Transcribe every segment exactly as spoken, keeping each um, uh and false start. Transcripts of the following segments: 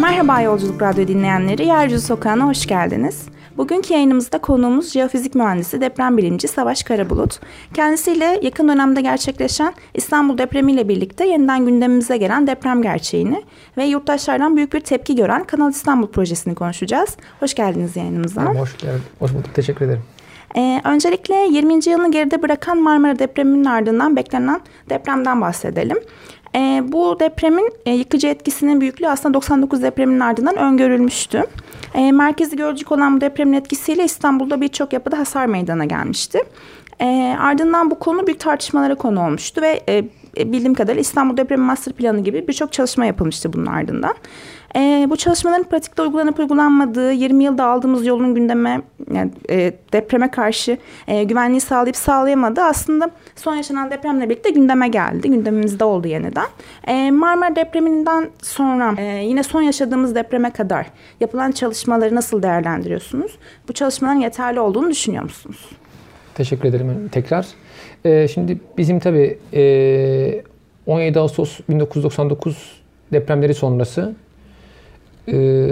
Merhaba Yolculuk Radyo dinleyenleri, Yeryüzü Sokağı'na hoş geldiniz. Bugünkü yayınımızda konuğumuz jeofizik mühendisi, deprem bilimci Savaş Karabulut. Kendisiyle yakın dönemde gerçekleşen İstanbul depremiyle birlikte yeniden gündemimize gelen deprem gerçeğini ve yurttaşlardan büyük bir tepki gören Kanal İstanbul projesini konuşacağız. Hoş geldiniz yayınımıza. Hoş geldin. Hoş bulduk. Teşekkür ederim. Ee, öncelikle yirminci yılını geride bırakan Marmara depreminin ardından beklenen depremden bahsedelim. Ee, bu depremin e, yıkıcı etkisinin büyüklüğü aslında doksan dokuz depreminin ardından öngörülmüştü. E, merkezi gölcük olan bu depremin etkisiyle İstanbul'da birçok yapıda hasar meydana gelmişti. E, ardından bu konu büyük tartışmalara konu olmuştu ve e, bildiğim kadarıyla İstanbul Depremi Master Planı gibi birçok çalışma yapılmıştı bunun ardından. E, bu çalışmaların pratikte uygulanıp uygulanmadığı, yirmi yılda aldığımız yolun gündeme, yani e, depreme karşı e, güvenliği sağlayıp sağlayamadığı aslında son yaşanan depremle birlikte gündeme geldi. Gündemimizde oldu yeniden. E, Marmara depreminden sonra e, yine son yaşadığımız depreme kadar yapılan çalışmaları nasıl değerlendiriyorsunuz? Bu çalışmaların yeterli olduğunu düşünüyor musunuz? Teşekkür ederim tekrar. Ee, şimdi bizim tabii e, on yedi Ağustos bin dokuz yüz doksan dokuz depremleri sonrası e,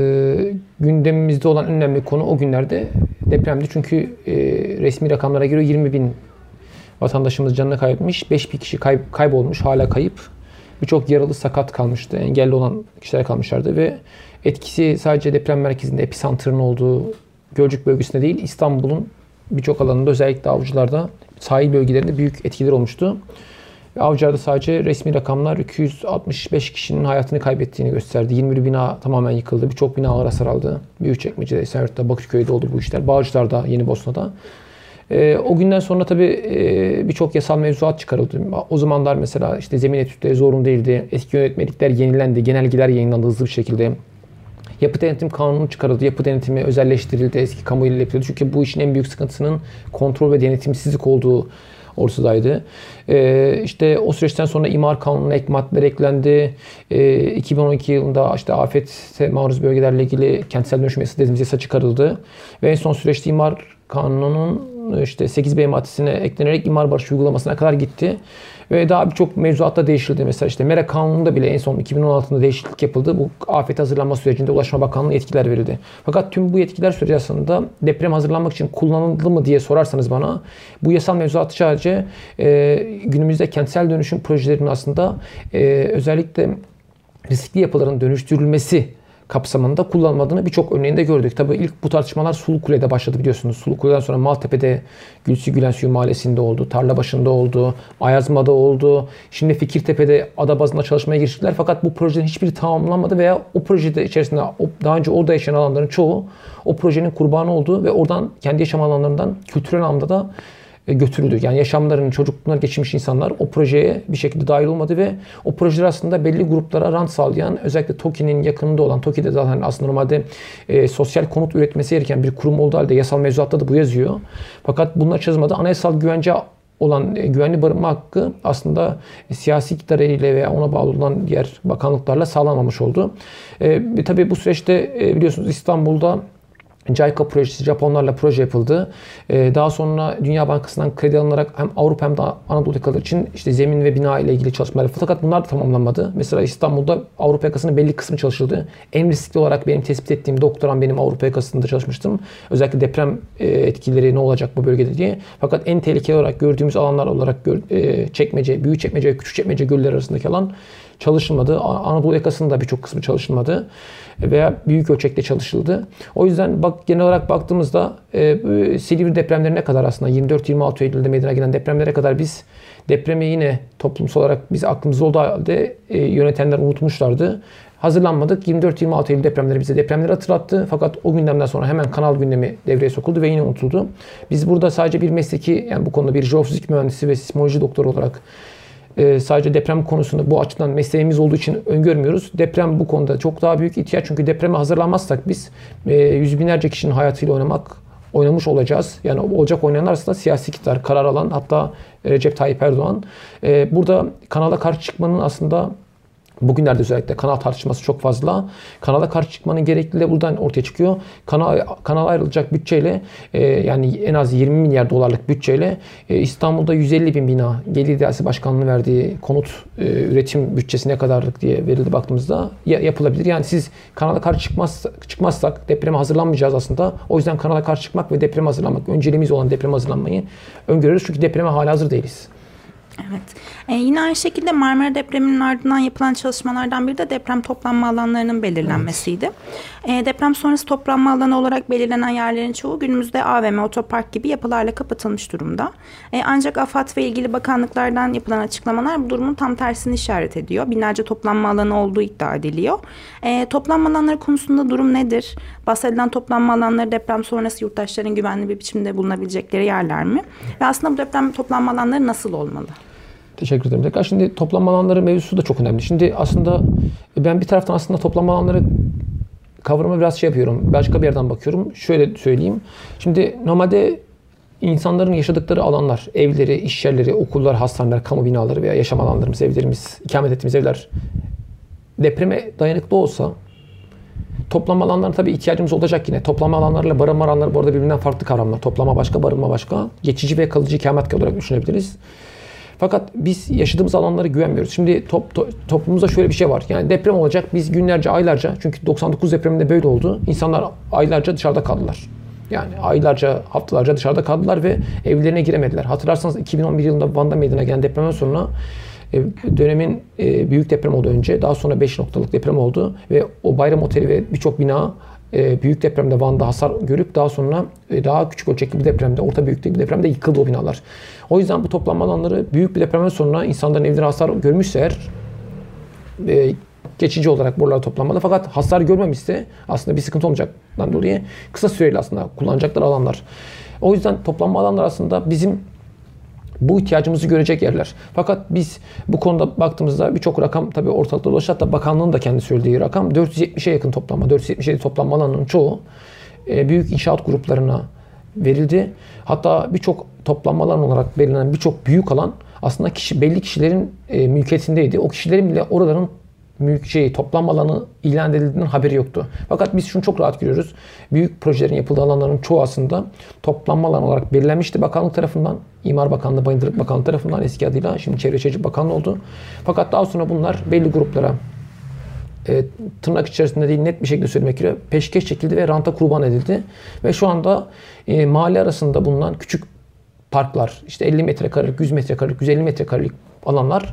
gündemimizde olan önemli konu o günlerde depremdi. Çünkü e, resmi rakamlara göre yirmi bin vatandaşımız canını kaybetmiş, beş bin kişi kayb- kaybolmuş, hala kayıp. Birçok yaralı, sakat kalmıştı, engelli olan kişiler kalmışlardı ve etkisi sadece deprem merkezinde, episantrın olduğu Gölcük bölgesinde değil, İstanbul'un birçok alanında, özellikle Avcılar'da, sahil bölgelerinde büyük etkiler olmuştu. Avcılar'da sadece resmi rakamlar iki yüz altmış beş kişinin hayatını kaybettiğini gösterdi. yirmi bir bina tamamen yıkıldı. Birçok bina ağır hasar aldı. Büyükçekmece'de, Esenyurt'ta, Bakırköy'de oldu bu işler. Bağcılar'da, Yenibosna'da. E, o günden sonra tabii e, birçok yasal mevzuat çıkarıldı. O zamanlar mesela işte zemin etütleri zorunlu değildi. Eski yönetmelikler yenilendi. Genelgeler yayınlandı hızlı bir şekilde. Yapı denetim kanunu çıkarıldı. Yapı denetimi özelleştirildi. Eski kamu ile yapıldı. Çünkü bu işin en büyük sıkıntısının kontrol ve denetimsizlik olduğu ortadaydı. Ee, işte o süreçten sonra imar kanununa ek maddeler eklendi. Ee, iki bin on iki yılında işte afete maruz bölgelerle ilgili kentsel dönüşüm yasası dediğimiz yasa çıkarıldı. Ve en son süreçte imar kanununun işte sekiz B maddesine eklenerek imar barışı uygulamasına kadar gitti. Ve daha birçok mevzuatta değişildi. Mesela işte MERA Kanunu'nda bile en son iki bin on altıda değişiklik yapıldı. Bu afet hazırlanma sürecinde Ulaştırma Bakanlığı'na yetkiler verildi. Fakat tüm bu yetkiler süreci aslında deprem hazırlanmak için kullanıldı mı diye sorarsanız bana, bu yasal mevzuatı sadece e, günümüzde kentsel dönüşüm projelerinin aslında e, özellikle riskli yapıların dönüştürülmesi kapsamında kullanmadığını birçok örneğinde gördük. Tabii ilk bu tartışmalar Sulukule'de başladı biliyorsunuz. Sulukule'den sonra Maltepe'de, Gülsü Gülensuyu Mahallesi'nde oldu, Tarlabaşı'nda oldu, Ayazma'da oldu. Şimdi Fikirtepe'de ada bazında çalışmaya giriştiler. Fakat bu projenin hiçbiri tamamlanmadı veya o projede içerisinde daha önce orada yaşayan alanların çoğu o projenin kurbanı oldu ve oradan kendi yaşam alanlarından kültürel anlamda da götürüldü. Yani yaşamlarını, çocukluğunu geçirmiş insanlar o projeye bir şekilde dahil olmadı ve o projeler aslında belli gruplara rant sağlayan, özellikle TOKİ'nin yakınında olan, TOKİ'de zaten aslında normalde e, sosyal konut üretmesi gereken bir kurum olduğu halde yasal mevzuatta da bu yazıyor. Fakat bunlar çözülmedi. Anayasal güvence olan e, güvenli barınma hakkı aslında e, siyasi iktidar eliyle veya ona bağlı olan diğer bakanlıklarla sağlanmamış oldu. E, tabii bu süreçte e, biliyorsunuz İstanbul'da JICA projesi, Japonlarla proje yapıldı. Ee, daha sonra Dünya Bankası'ndan kredi alınarak hem Avrupa hem de Anadolu yakaları için işte zemin ve bina ile ilgili çalışmalar yapıldı. Fakat bunlar da tamamlanmadı. Mesela İstanbul'da Avrupa yakasının belli kısmı çalışıldı. En riskli olarak benim tespit ettiğim doktoram, benim Avrupa yakasında çalışmıştım. Özellikle deprem e, etkileri ne olacak bu bölgede diye. Fakat en tehlikeli olarak gördüğümüz alanlar olarak gör, e, Çekmece, Büyükçekmece ve Küçükçekmece gölleri arasındaki alan çalışılmadı. Anadolu yakasında birçok kısmı çalışılmadı veya büyük ölçekte çalışıldı. O yüzden bak, genel olarak baktığımızda e, Silivri depremlerine kadar, aslında yirmi dört yirmi altı Eylül'de meydana gelen depremlere kadar biz depremi yine toplumsal olarak biz aklımızda olduğu halde e, yönetenler unutmuşlardı. Hazırlanmadık. yirmi dört yirmi altı Eylül depremleri bize depremleri hatırlattı. Fakat o gündemden sonra hemen kanal gündemi devreye sokuldu ve yine unutuldu. Biz burada sadece bir mesleki, yani bu konuda bir jeofizik mühendisi ve sismoloji doktoru olarak Ee, sadece deprem konusunda bu açıdan mesleğimiz olduğu için öngörmüyoruz. Deprem bu konuda çok daha büyük ihtiyaç. Çünkü depreme hazırlanmazsak biz e, yüz binlerce kişinin hayatıyla oynamak, oynamış olacağız. Yani olacak oynayanlar aslında siyasi iktidar, karar alan, hatta Recep Tayyip Erdoğan. E, burada kanala karşı çıkmanın aslında Bugünlerde özellikle kanal tartışması çok fazla. Kanala karşı çıkmanın gerekliliği buradan ortaya çıkıyor. Kanal, kanala ayrılacak bütçeyle e, yani en az yirmi milyar dolarlık bütçeyle e, İstanbul'da yüz elli bin bina Gelir İdaresi Başkanlığı'nın verdiği konut e, üretim bütçesi ne kadarlık diye verildi baktığımızda ya, yapılabilir. Yani siz kanala karşı çıkmaz, çıkmazsak depreme hazırlanmayacağız aslında. O yüzden kanala karşı çıkmak ve depreme hazırlanmak, önceliğimiz olan depreme hazırlanmayı öngörüyoruz. Çünkü depreme hala hazır değiliz. Evet. Ee, yine aynı şekilde Marmara depreminin ardından yapılan çalışmalardan biri de deprem toplanma alanlarının belirlenmesiydi. Evet. Ee, deprem sonrası toplanma alanı olarak belirlenen yerlerin çoğu günümüzde A V M, otopark gibi yapılarla kapatılmış durumda. Ee, ancak AFAD ve ilgili bakanlıklardan yapılan açıklamalar bu durumun tam tersini işaret ediyor. Binlerce toplanma alanı olduğu iddia ediliyor. Ee, toplanma alanları konusunda durum nedir? Bahsedilen toplanma alanları deprem sonrası yurttaşların güvenli bir biçimde bulunabilecekleri yerler mi? Ve aslında bu deprem toplanma alanları nasıl olmalı? Teşekkür ederim. Tekrar şimdi toplanma alanları mevzusu da çok önemli. Şimdi aslında ben bir taraftan aslında toplanma alanları kavramı biraz şey yapıyorum. Başka bir yerden bakıyorum. Şöyle söyleyeyim. Şimdi normalde insanların yaşadıkları alanlar, evleri, iş yerleri, okullar, hastaneler, kamu binaları veya yaşam alanlarımız, evlerimiz, ikamet ettiğimiz evler depreme dayanıklı olsa toplanma alanlarına tabii ihtiyacımız olacak yine. Toplanma alanlarıyla barınma alanları bu arada birbirinden farklı kavramlar. Toplama başka, barınma başka. Geçici ve kalıcı ikamet olarak düşünebiliriz. Fakat biz yaşadığımız alanlara güvenmiyoruz. Şimdi top, to, toplumumuzda şöyle bir şey var. Yani deprem olacak. Biz günlerce, aylarca, çünkü doksan dokuz depreminde böyle oldu. İnsanlar aylarca dışarıda kaldılar. Yani aylarca, haftalarca dışarıda kaldılar ve evlerine giremediler. Hatırlarsanız iki bin on bir yılında Van'da meydana gelen depremden sonra dönemin büyük deprem oldu önce. Daha sonra beş noktalık deprem oldu ve o Bayram Oteli ve birçok bina büyük depremde Van'da hasar görüp daha sonra daha küçük ölçekli bir depremde, orta büyüklükte bir depremde yıkıldı o binalar. O yüzden bu toplanma alanları büyük bir depremden sonra insanların evleri hasar görmüşse eğer e, geçici olarak buralara toplanmalı. Fakat hasar görmemişse aslında bir sıkıntı olmayacaktan dolayı kısa süreli aslında kullanacakları alanlar. O yüzden toplanma alanları aslında bizim bu ihtiyacımızı görecek yerler. Fakat biz bu konuda baktığımızda birçok rakam tabii ortalıkta dolaşıyor. Hatta bakanlığın da kendi söylediği rakam dört yüz yetmişe yakın toplanma. dört yüz yetmiş yedi toplanma alanının çoğu büyük inşaat gruplarına verildi. Hatta birçok toplanma alanı olarak belirlenen birçok büyük alan aslında kişi, belli kişilerin e, mülkiyetindeydi. O kişilerin bile oraların mülk şey, toplanma alanı ilan edildiğinden haberi yoktu. Fakat biz şunu çok rahat görüyoruz. Büyük projelerin yapıldığı alanların çoğu aslında toplanma alanı olarak belirlenmişti bakanlık tarafından. İmar Bakanlığı, Bayındırlık Bakanlığı tarafından eski adıyla, şimdi Çevre Şehircilik Bakanlığı oldu. Fakat daha sonra bunlar belli gruplara e, tırnak içerisinde değil net bir şekilde söylemek gerekiyor, peşkeş çekildi ve ranta kurban edildi. Ve şu anda e, mahalle arasında bulunan küçük parklar, işte elli metrekarelik, yüz metrekarelik, yüz elli metrekarelik alanlar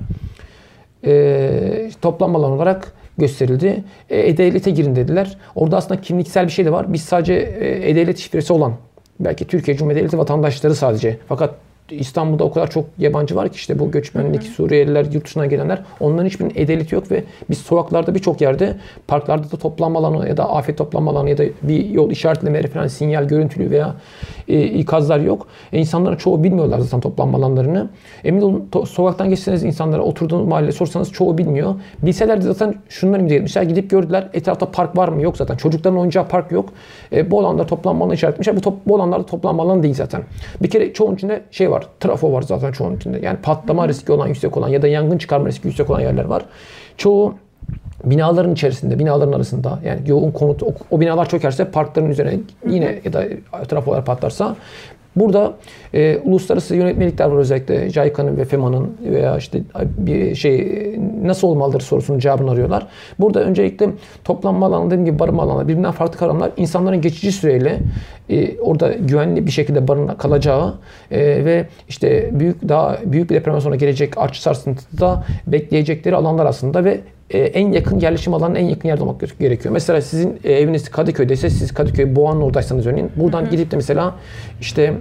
e, toplanma alanı olarak gösterildi. E, E-Devlet'e girin dediler. Orada aslında kimliksel bir şey de var. Biz sadece e, E-Devlet şifresi olan, belki Türkiye Cumhuriyeti Devleti vatandaşları sadece. Fakat İstanbul'da o kadar çok yabancı var ki işte bu göçmenlik, Suriyeliler, yurt dışından gelenler, onların hiçbirinin E-Devleti yok ve biz sokaklarda birçok yerde, parklarda da toplanma alanı ya da afet toplanma alanı ya da bir yol işaretleme, referans, sinyal, görüntülü veya e, ikazlar yok. E, insanların çoğu bilmiyorlar zaten toplanma alanlarını. Emin olun to- sokaktan geçseniz insanlara, oturduğunuz mahallede sorsanız çoğu bilmiyor. Bilseler de zaten şunları imza etmişler, gidip gördüler etrafta park var mı? Yok zaten. Çocukların oynayacağı park yok. E, bu alanlar toplanma alanı işaretlemişler. Bu, top, bu alanlarda toplanma alanı değil zaten. Bir kere çoğunun içinde şey var. Trafo var zaten çoğunun içinde. Yani patlama riski olan, yüksek olan ya da yangın çıkarma riski yüksek olan yerler var. Çoğu binaların içerisinde, binaların arasında, yani yoğun konut, o, o binalar çökerse parkların üzerine yine ya da trafolar patlarsa, burada e, uluslararası yönetmelikler var, özellikle JICA'nın ve FEMA'nın veya işte bir şey nasıl olmalıdır sorusunun cevabını arıyorlar. Burada öncelikle toplanma alanı, dediğim gibi barınma alanı birbirinden farklı kavramlar. İnsanların geçici süreyle e, orada güvenli bir şekilde barına kalacağı e, ve işte büyük daha büyük bir depremden sonra gelecek artçı sarsıntıda bekleyecekleri alanlar aslında ve en yakın yerleşim alanının en yakın yerde olmak gerekiyor. Mesela sizin eviniz Kadıköy'deyse, siz Kadıköy Boğa'nın oradaysanız örneğin, buradan hı hı. gidip de mesela işte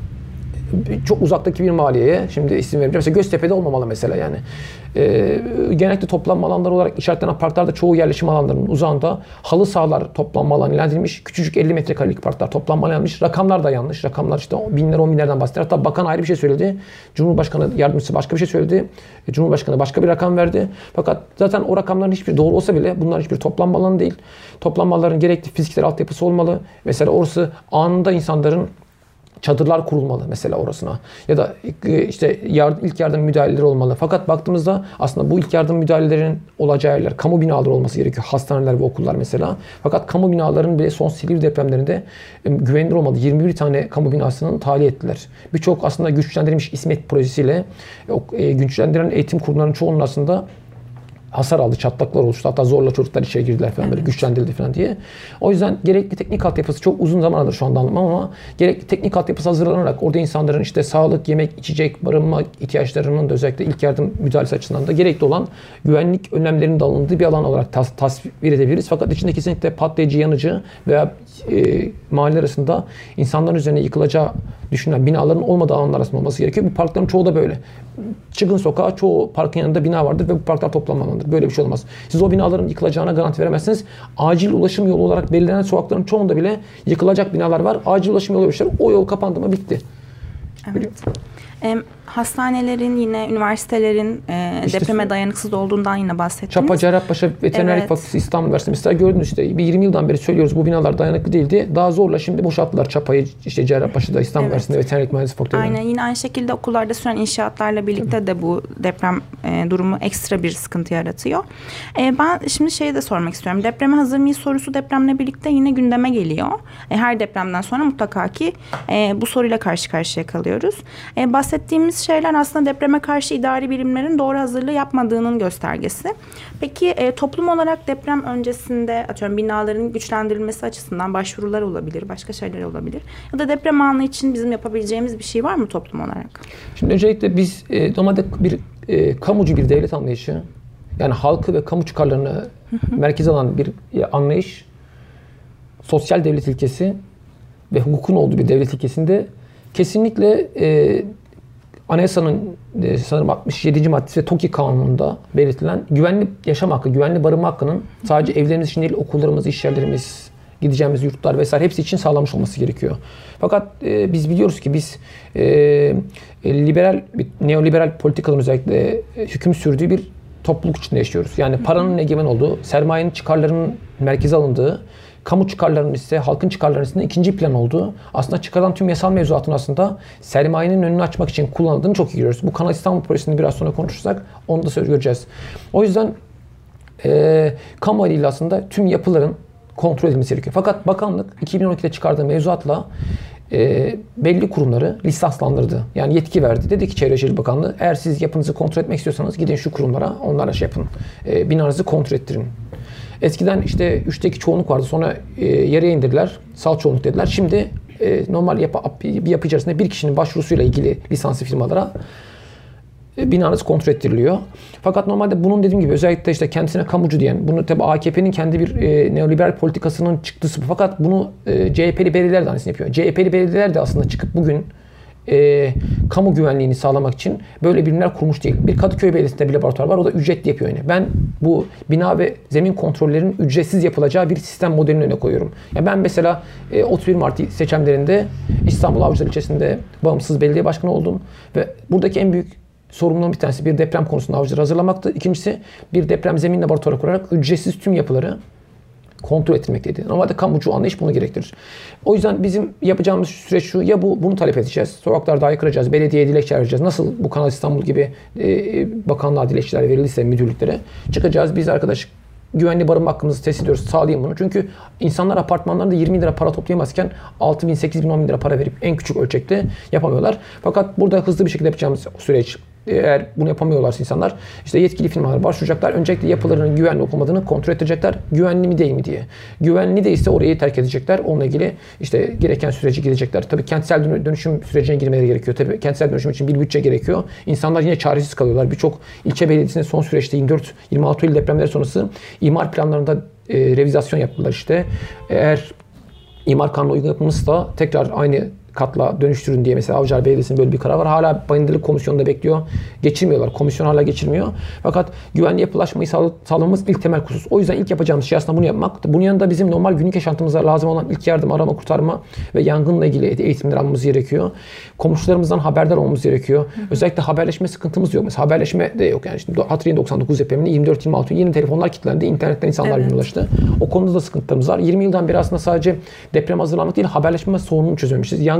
çok uzaktaki bir mahalleye, şimdi isim vereceğim, mesela Göztepe'de olmamalı mesela yani. Ee, genellikle toplanma alanları olarak işaretlenen parklarda çoğu yerleşim alanlarının uzağında halı sahalar toplanma alanı ilan edilmiş. Küçücük elli metrekarelik parklar toplanma alanı edilmiş. Rakamlar da yanlış. Rakamlar işte binler, on binlerden bahsediyor. Hatta bakan ayrı bir şey söyledi. Cumhurbaşkanı yardımcısı başka bir şey söyledi. Cumhurbaşkanı başka bir rakam verdi. Fakat zaten o rakamların hiçbir doğru olsa bile bunlar hiçbir toplanma alanı değil. Toplanma alanların gerekli fiziksel altyapısı olmalı. Mesela orası anında insanların çadırlar kurulmalı mesela orasına. Ya da işte yardım, ilk yardım müdahaleleri olmalı. Fakat baktığımızda aslında bu ilk yardım müdahalelerinin olacağı yerler, kamu binaları olması gerekiyor. Hastaneler ve okullar mesela. Fakat kamu binalarının bile son Silivri depremlerinde güvenilir olmadı. yirmi bir tane kamu binasının tahliye ettiler. Birçok aslında güçlendirilmiş İSMET projesiyle güçlendirilen eğitim kurumlarının çoğunun aslında hasar aldı, çatlaklar oluştu. Hatta zorla çocuklar içeri girdiler falan, böyle güçlendirildi falan diye. O yüzden gerekli teknik altyapısı çok uzun zamandır şu anda anlamam ama gerekli teknik altyapısı hazırlanarak orada insanların işte sağlık, yemek, içecek, barınma ihtiyaçlarının da özellikle ilk yardım müdahalesi açısından da gerekli olan güvenlik önlemlerinin de alındığı bir alan olarak tas- tasvir edebiliriz. Fakat içinde kesinlikle patlayıcı, yanıcı veya e, mahalle arasında insanların üzerine yıkılacağı düşünülen binaların olmadığı alanlar arasında olması gerekiyor. Bu parkların çoğu da böyle. Çıkın sokağa, çoğu parkın yanında bina vardır ve bu parklar toplanmamalıdır. Böyle bir şey olmaz. Siz o binaların yıkılacağına garanti veremezsiniz. Acil ulaşım yolu olarak belirlenen sokakların çoğunda bile yıkılacak binalar var. Acil ulaşım yolu yapmışlar. O yol kapandı mı bitti. Evet. E, hastanelerin, yine üniversitelerin e, işte, depreme dayanıksız olduğundan yine bahsettiniz. Çapa Cerrahpaşa Veterinerlik evet. Fakültesi İstanbul Üniversitesi mesela gördünüz işte bir yirmi yıldan beri söylüyoruz bu binalar dayanıklı değildi. Daha zorla şimdi boşalttılar Çapa'yı, işte Cerrahpaşa'da İstanbul evet. Üniversitesi'nde Veterinerlik Mühendisliği Fakültesi. Aynen, yine aynı şekilde okullarda süren inşaatlarla birlikte Tabii. de bu deprem e, durumu ekstra bir sıkıntı yaratıyor. E, ben şimdi şeyi de sormak istiyorum. Depreme hazır mıyız sorusu depremle birlikte yine gündeme geliyor. E, her depremden sonra mutlaka ki e, bu soruyla karşı karşıya kalıyoruz. E, bahsettiğimiz şeyler aslında depreme karşı idari birimlerin doğru hazırlığı yapmadığının göstergesi. Peki e, toplum olarak deprem öncesinde atıyorum binaların güçlendirilmesi açısından başvurular olabilir, başka şeyler olabilir. Ya da deprem anı için bizim yapabileceğimiz bir şey var mı toplum olarak? Şimdi öncelikle biz e, normalde bir e, kamucu bir devlet anlayışı, yani halkı ve kamu çıkarlarını merkeze alan bir e, anlayış, sosyal devlet ilkesi ve hukukun olduğu bir devlet ilkesinde kesinlikle e, Anayasanın e, sanırım altmış yedinci maddesi ve TOKİ Kanunu'nda belirtilen güvenli yaşam hakkı, güvenli barınma hakkının sadece evlerimiz için değil, okullarımız, iş yerlerimiz, gideceğimiz yurtlar vesaire hepsi için sağlanmış olması gerekiyor. Fakat e, biz biliyoruz ki biz e, e, liberal, neoliberal politikaların özellikle e, hüküm sürdüğü bir topluluk içinde yaşıyoruz. Yani paranın egemen olduğu, sermayenin çıkarlarının merkeze alındığı, kamu çıkarlarının ise halkın çıkarlarının ise ikinci plan olduğu, aslında çıkarılan tüm yasal mevzuatın aslında sermayenin önünü açmak için kullanıldığını çok iyi görüyoruz. Bu Kanal İstanbul projesini biraz sonra konuşursak onu da söz göreceğiz. O yüzden e, kamu eliyle aslında tüm yapıların kontrol edilmesi gerekiyor. Fakat bakanlık iki bin on ikide çıkardığı mevzuatla e, belli kurumları lisanslandırdı. Yani yetki verdi. Dedi ki Çevre Şehircilik Bakanlığı, eğer siz yapınızı kontrol etmek istiyorsanız gidin şu kurumlara, onlarla şey yapın. E, binanızı kontrol ettirin. Eskiden işte üçte iki çoğunluk vardı. Sonra e, yarıya indirdiler. Sal çoğunluk dediler. Şimdi e, normal yapı, bir yapı içerisinde bir kişinin başvurusuyla ilgili lisanslı firmalara e, binanız kontrol ettiriliyor. Fakat normalde bunun dediğim gibi özellikle işte kendisine kamucu diyen, bunu tabi A K P'nin kendi bir e, neoliberal politikasının çıktısı. Fakat bunu e, C H P'li belediyeler de aynısını yapıyor. C H P'li belediyeler de aslında çıkıp bugün E, kamu güvenliğini sağlamak için böyle birimler kurmuş değil. Bir Kadıköy Belediyesi'nde bir laboratuvar var. O da ücretli yapıyor yine. Ben bu bina ve zemin kontrollerinin ücretsiz yapılacağı bir sistem modelini öne koyuyorum. Yani ben mesela e, otuz bir Mart seçimlerinde İstanbul Avcılar ilçesinde bağımsız belediye başkanı oldum ve buradaki en büyük sorumluluğum bir tanesi bir deprem konusunda avcıları hazırlamaktı. İkincisi bir deprem zemin laboratuvarı kurarak ücretsiz tüm yapıları kontrol ettirmekteydi. Normalde kamucu anlayış bunu gerektirir. O yüzden bizim yapacağımız süreç şu, ya bu bunu talep edeceğiz. Sokaklarda aykıracağız, belediyeye dilekçe vereceğiz. Nasıl bu Kanal İstanbul gibi e, bakanlığa dilekçeler verilirse müdürlüklere çıkacağız. Biz arkadaş güvenli barınma hakkımızı test ediyoruz. Sağlayın bunu. Çünkü insanlar apartmanlarında yirmi lira para toplayamazken altı bin, sekiz bin, on bin lira para verip en küçük ölçekte yapamıyorlar. Fakat burada hızlı bir şekilde yapacağımız süreç, eğer bunu yapamıyorlarsa insanlar işte yetkili firmalara başvuracaklar. Öncelikle yapılarının güvenli olup olmadığını kontrol edecekler. Güvenli mi değil mi diye. Güvenli değilse orayı terk edecekler. Onunla ilgili işte gereken süreci gidecekler. Tabii kentsel dönüşüm sürecine girmeleri gerekiyor. Tabii kentsel dönüşüm için bir bütçe gerekiyor. İnsanlar yine çaresiz kalıyorlar. Birçok ilçe belediyesinin son süreçte yirmi dört yirmi altı Eylül depremleri sonrası imar planlarında e, revizasyon yaptılar işte. Eğer imar kanunu uygun yapılmışsa tekrar aynı katla dönüştürün diye mesela Avcılar Belediyesi'nin böyle bir kararı var. Hala Bayındırlık Komisyonu'nda bekliyor. Geçirmiyorlar. Komisyon hala geçirmiyor. Fakat güvenli yapılaşmayı sağlamamız ilk temel husus. O yüzden ilk yapacağımız şey aslında bunu yapmak. Bunun yanında bizim normal günlük yaşantımıza lazım olan ilk yardım, arama, kurtarma ve yangınla ilgili eğitimler almamız gerekiyor. Komşularımızdan haberdar olmamız gerekiyor. Hı hı. Özellikle haberleşme sıkıntımız yok. Mesela haberleşme de yok. Yani şimdi hatırlayın doksan dokuz depreminde yirmi dört yirmi altı yeni telefonlar kilitlendi. İnternetten insanlar evet. ulaştı. O konuda da sıkıntılarımız var. yirmi yıldan beri aslında sadece deprem hazırlanmak değil, haberleşme sorununu çözememişiz. Yangın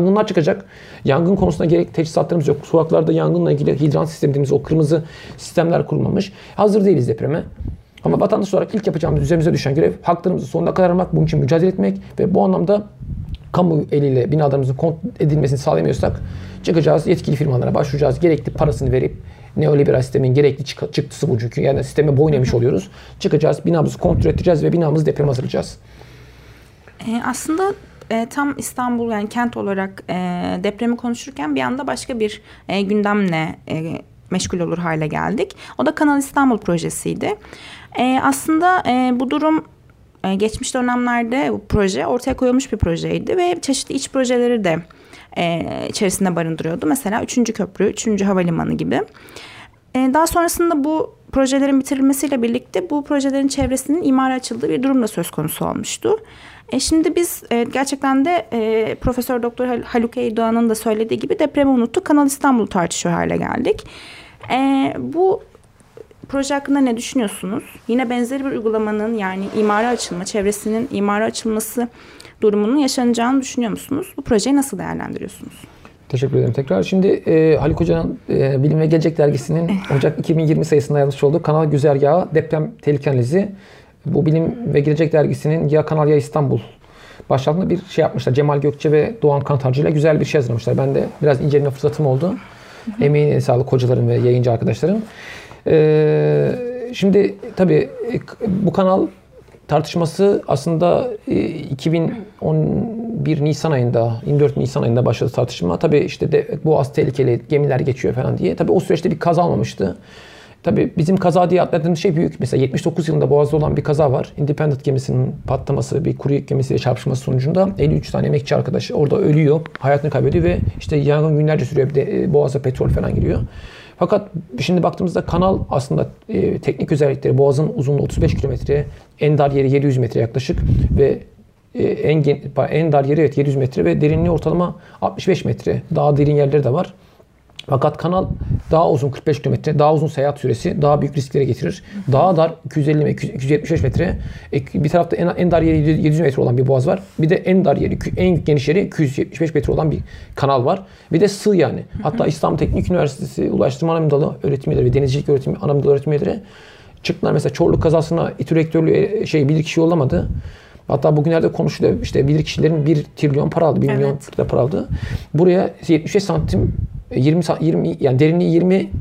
Yangınlar çıkacak. Yangın konusunda gerek teçhizatlarımız yok. Sokaklarda yangınla ilgili hidran sistemimiz, o kırmızı sistemler kurulmamış. Hazır değiliz depreme. Ama vatandaş olarak ilk yapacağımız, üzerimize düşen görev haklarımızı sonuna kadar aramak, bunun için mücadele etmek ve bu anlamda kamu eliyle binalarımızın kontrol edilmesini sağlayamıyorsak çıkacağız, yetkili firmalara başvuracağız, gerekli parasını verip neoliberal sistemin gerekli çıktısı bu çünkü yani sisteme boyun eğmiş oluyoruz. Çıkacağız, binamızı kontrol edeceğiz ve binamızı deprem hazırlayacağız. E, aslında e, tam İstanbul yani kent olarak e, depremi konuşurken bir anda başka bir e, gündemle e, meşgul olur hale geldik. O da Kanal İstanbul projesiydi. E, aslında e, bu durum e, geçmiş dönemlerde bu proje ortaya koyulmuş bir projeydi ve çeşitli iç projeleri de e, içerisinde barındırıyordu. Mesela üçüncü köprü, üçüncü havalimanı gibi. E, daha sonrasında bu projelerin bitirilmesiyle birlikte bu projelerin çevresinin imara açıldığı bir durum da söz konusu olmuştu. E, şimdi biz e, gerçekten de e, Profesör Doktor Haluk Eydoğan'ın da söylediği gibi depremi unuttuk, Kanal İstanbul'u tartışıyor hale geldik. E, bu proje hakkında ne düşünüyorsunuz? Yine benzeri bir uygulamanın yani imara açılma, çevresinin imara açılması durumunun yaşanacağını düşünüyor musunuz? Bu projeyi nasıl değerlendiriyorsunuz? Teşekkür ederim tekrar. Şimdi e, Haluk Hoca'nın e, Bilim ve Gelecek Dergisi'nin Ocak iki bin yirmi sayısında yazmış olduğu Kanal Güzergahı Deprem Tehlike Analizi. Bu Bilim ve Gelecek Dergisi'nin Ya Kanal Ya İstanbul başlığında bir şey yapmışlar. Cemal Gökçe ve Doğan Kantarcı ile güzel bir şey hazırlamışlar. Ben de biraz inceleme fırsatım oldu. Hı hı. Emeğine sağlık hocalarım ve yayıncı arkadaşlarım. Ee, şimdi tabii bu kanal tartışması aslında iki bin on bir Nisan ayında, yirmi dört Nisan ayında başladı tartışma. Tabii işte de, Boğaz tehlikeli, gemiler geçiyor falan diye. Tabii o süreçte bir kaza olmamıştı. Tabii bizim kaza diye adlandırdığımız şey büyük. Mesela yetmiş dokuz yılında Boğaz'da olan bir kaza var. Independent gemisinin patlaması, bir kuru yük gemisiyle çarpışması sonucunda elli üç tane emekçi arkadaşı orada ölüyor, hayatını kaybediyor ve işte yangın günlerce sürüyor. Bir de Boğaz'a petrol falan giriyor. Fakat şimdi baktığımızda kanal aslında e, teknik özellikleri Boğaz'ın uzunluğu otuz beş kilometre, en dar yeri yedi yüz metre yaklaşık ve e, en gen, en dar yeri evet yedi yüz metre ve derinliği ortalama altmış beş metre. Daha derin yerleri de var. Fakat kanal daha uzun kırk beş kilometre, daha uzun seyahat süresi, daha büyük risklere getirir. Daha dar iki yüz elli iki yüz yetmiş beş metre. Bir tarafta en, en dar yeri yedi yüz metre olan bir boğaz var. Bir de en dar yeri, en geniş yeri iki yüz yetmiş beş metre olan bir kanal var. Bir de sığ yani. Hatta İstanbul Teknik Üniversitesi Ulaştırma Anabilim Dalı öğretim üyeleri ve denizcilik öğretim Anabilim Dalı öğretim üyeleri çıktılar. Mesela Çorlu kazasına İTÜ rektörlüğü şey bilirkişi yollamadı. Hatta bugünlerde konuşuluyor işte bilirkişilerin bir trilyon para aldı, bir milyon evet. para aldı. Buraya yetmiş beş santim yirmi, yirmi yani derinliği yirmi